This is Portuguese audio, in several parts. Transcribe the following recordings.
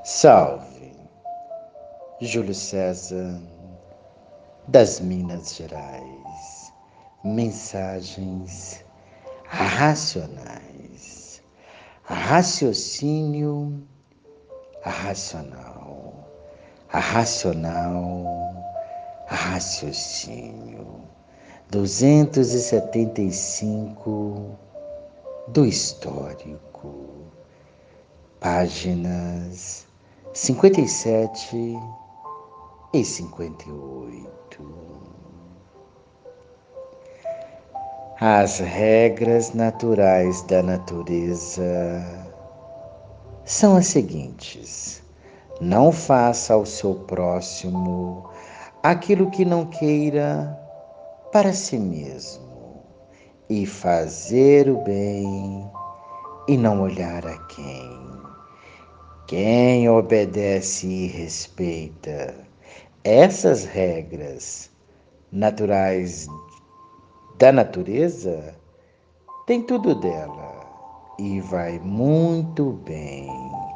Salve, Júlio César, das Minas Gerais. Mensagens racionais. Raciocínio racional. Racional, raciocínio. 275 do histórico. Páginas 57 e 58. As regras naturais da natureza são as seguintes: não faça ao seu próximo aquilo que não queira para si mesmo, e fazer o bem e não olhar a quem. Quem obedece e respeita essas regras naturais da natureza tem tudo dela e vai muito bem.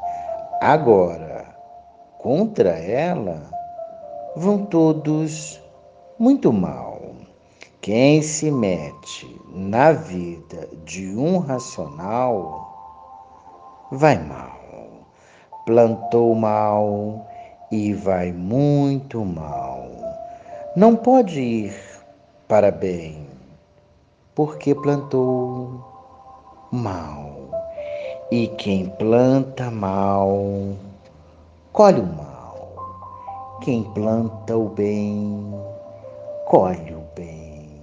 Agora, contra ela, vão todos muito mal. Quem se mete na vida de um racional vai mal. Plantou mal e vai muito mal. Não pode ir para bem, porque plantou mal. E quem planta mal, colhe o mal. Quem planta o bem, colhe o bem.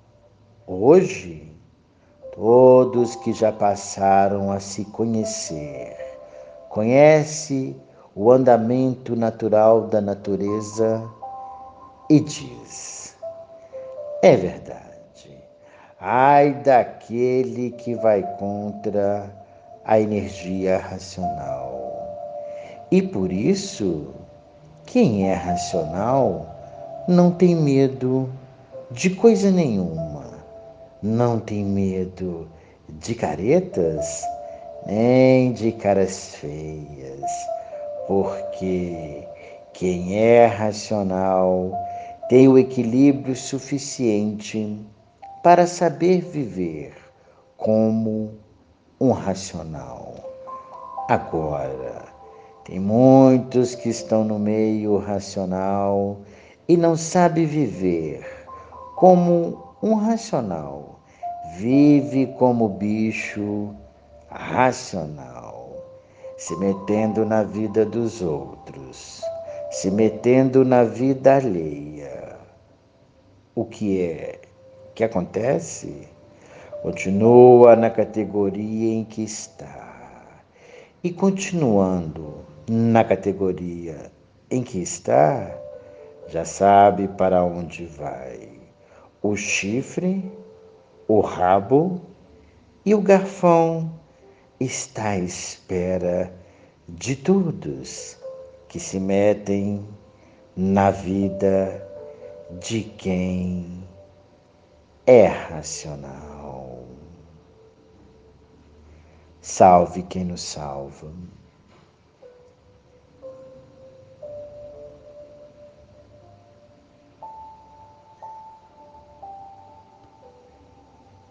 Hoje, todos que já passaram a se conhecer, conhece o andamento natural da natureza e diz: é verdade. Ai daquele que vai contra a energia racional. E por isso, quem é racional não tem medo de coisa nenhuma, não tem medo de caretas, nem de caras feias, porque quem é racional tem o equilíbrio suficiente para saber viver como um racional. Agora, tem muitos que estão no meio racional e não sabem viver como um racional. Vive como bicho racional, se metendo na vida dos outros, se metendo na vida alheia. O que acontece? Continua na categoria em que está. E continuando na categoria em que está, já sabe para onde vai. O chifre, o rabo e o garfão está à espera de todos que se metem na vida de quem é racional. Salve quem nos salva.